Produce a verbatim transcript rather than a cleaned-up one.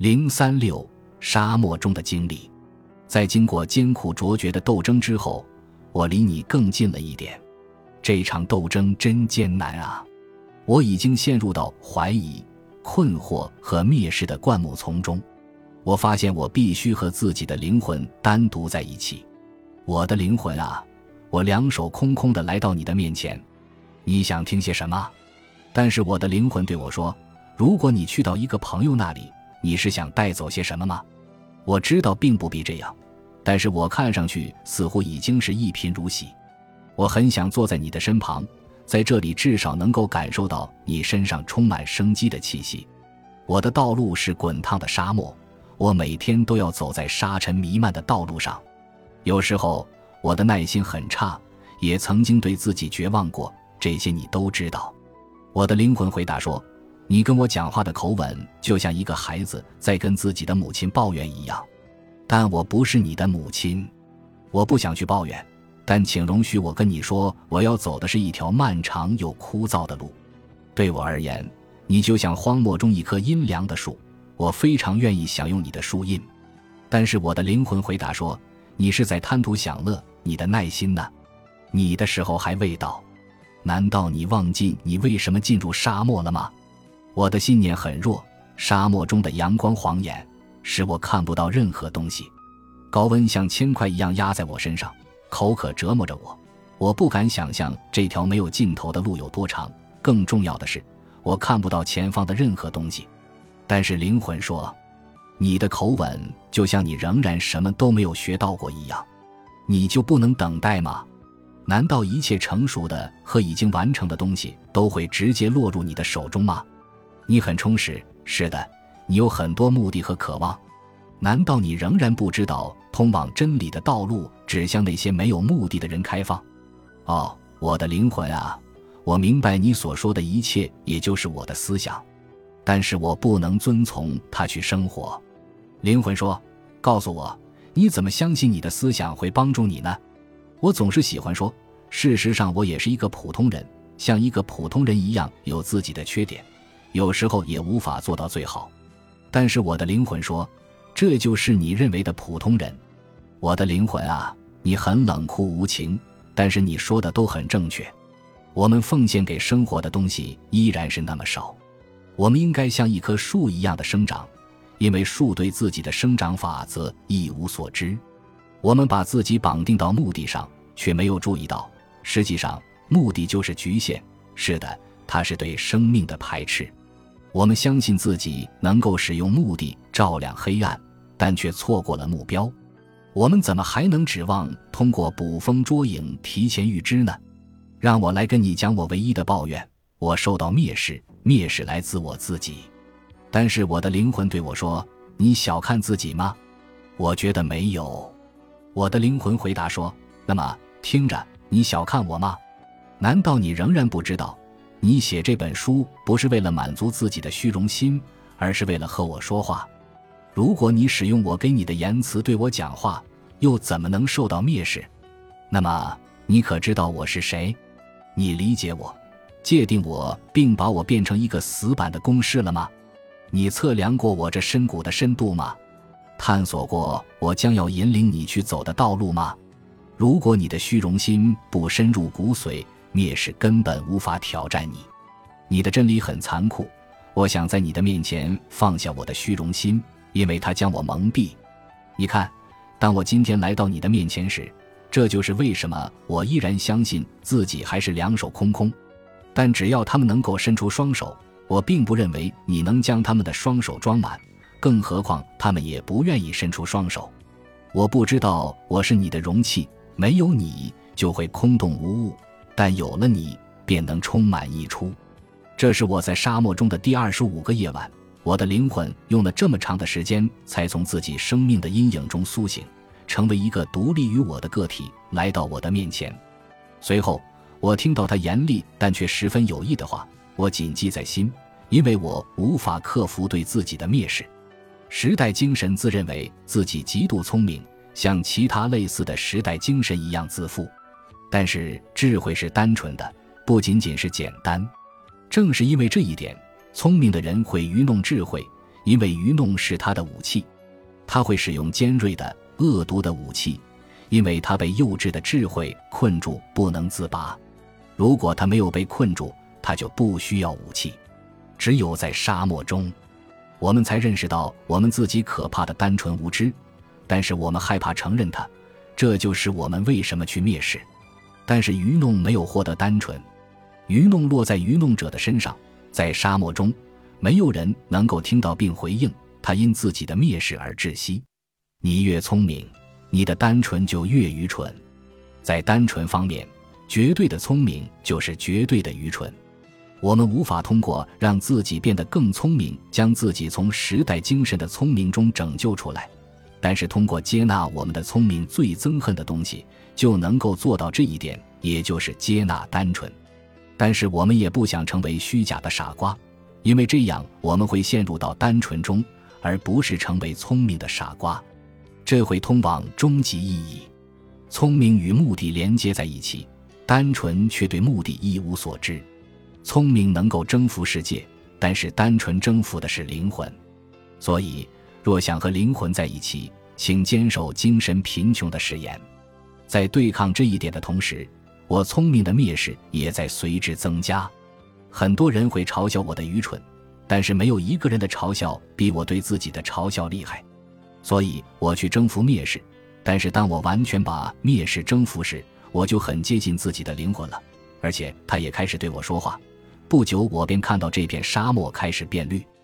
零三六沙漠中的经历。在经过艰苦卓绝的斗争之后，我离你更近了一点。这场斗争真艰难啊！我已经陷入到怀疑、困惑和蔑视的灌木丛中。我发现我必须和自己的灵魂单独在一起。我的灵魂啊，我两手空空地来到你的面前。你想听些什么？但是我的灵魂对我说，如果你去到一个朋友那里，你是想带走些什么吗？我知道并不必这样，但是我看上去似乎已经是一贫如洗。我很想坐在你的身旁，在这里至少能够感受到你身上充满生机的气息。我的道路是滚烫的沙漠，我每天都要走在沙尘弥漫的道路上。有时候我的耐心很差，也曾经对自己绝望过，这些你都知道。我的灵魂回答说，你跟我讲话的口吻就像一个孩子在跟自己的母亲抱怨一样，但我不是你的母亲。我不想去抱怨，但请容许我跟你说，我要走的是一条漫长又枯燥的路。对我而言，你就像荒漠中一棵阴凉的树，我非常愿意享用你的树荫。但是我的灵魂回答说，你是在贪图享乐，你的耐心呢？你的时候还未到。难道你忘记你为什么进入沙漠了吗？我的信念很弱，沙漠中的阳光晃眼，使我看不到任何东西。高温像铅块一样压在我身上，口渴折磨着我。我不敢想象这条没有尽头的路有多长，更重要的是，我看不到前方的任何东西。但是灵魂说，你的口吻就像你仍然什么都没有学到过一样。你就不能等待吗？难道一切成熟的和已经完成的东西都会直接落入你的手中吗？你很充实，是的，你有很多目的和渴望。难道你仍然不知道通往真理的道路只向那些没有目的的人开放？哦，我的灵魂啊，我明白你所说的一切，也就是我的思想，但是我不能遵从它去生活。灵魂说，告诉我，你怎么相信你的思想会帮助你呢？我总是喜欢说，事实上我也是一个普通人，像一个普通人一样有自己的缺点，有时候也无法做到最好。但是我的灵魂说，这就是你认为的普通人。我的灵魂啊，你很冷酷无情，但是你说的都很正确。我们奉献给生活的东西依然是那么少。我们应该像一棵树一样的生长，因为树对自己的生长法则一无所知。我们把自己绑定到目的上，却没有注意到，实际上目的就是局限。是的，它是对生命的排斥。我们相信自己能够使用目的照亮黑暗，但却错过了目标。我们怎么还能指望通过捕风捉影提前预知呢？让我来跟你讲我唯一的抱怨，我受到蔑视，蔑视来自我自己。但是我的灵魂对我说，你小看自己吗？我觉得没有。我的灵魂回答说，那么听着，你小看我吗？难道你仍然不知道，你写这本书不是为了满足自己的虚荣心，而是为了和我说话？如果你使用我给你的言辞对我讲话，又怎么能受到蔑视？那么你可知道我是谁？你理解我，界定我，并把我变成一个死板的公式了吗？你测量过我这深谷的深度吗？探索过我将要引领你去走的道路吗？如果你的虚荣心不深入骨髓，蔑视根本无法挑战你。你的真理很残酷，我想在你的面前放下我的虚荣心，因为它将我蒙蔽。你看，当我今天来到你的面前时，这就是为什么我依然相信自己还是两手空空。但只要他们能够伸出双手，我并不认为你能将他们的双手装满，更何况他们也不愿意伸出双手。我不知道我是你的容器，没有你就会空洞无物，但有了你便能充满溢出。这是我在沙漠中的第二十五个夜晚，我的灵魂用了这么长的时间才从自己生命的阴影中苏醒，成为一个独立于我的个体，来到我的面前。随后我听到他严厉但却十分有益的话，我谨记在心，因为我无法克服对自己的蔑视。时代精神自认为自己极度聪明，像其他类似的时代精神一样自负，但是智慧是单纯的，不仅仅是简单。正是因为这一点，聪明的人会愚弄智慧， 因为愚弄是他的武器。他会使用尖锐的、恶毒的武器，因为他被幼稚的智慧困住不能自拔。如果他没有被困住，他就不需要武器。只有在沙漠中，我们才认识到我们自己可怕的单纯无知，但是我们害怕承认它，这就是我们为什么去蔑视。但是愚弄没有获得单纯，愚弄落在愚弄者的身上。在沙漠中，没有人能够听到并回应，他因自己的蔑视而窒息。你越聪明，你的单纯就越愚蠢。在单纯方面，绝对的聪明就是绝对的愚蠢。我们无法通过让自己变得更聪明，将自己从时代精神的聪明中拯救出来，但是通过接纳我们的聪明最憎恨的东西，就能够做到这一点，也就是接纳单纯。但是我们也不想成为虚假的傻瓜，因为这样我们会陷入到单纯中，而不是成为聪明的傻瓜。这会通往终极意义。聪明与目的连接在一起，单纯却对目的一无所知。聪明能够征服世界，但是单纯征服的是灵魂。所以若想和灵魂在一起，请坚守精神贫穷的誓言。在对抗这一点的同时，我聪明的蔑视也在随之增加。很多人会嘲笑我的愚蠢，但是没有一个人的嘲笑比我对自己的嘲笑厉害。所以我去征服蔑视，但是当我完全把蔑视征服时，我就很接近自己的灵魂了，而且他也开始对我说话。不久我便看到这片沙漠开始变绿。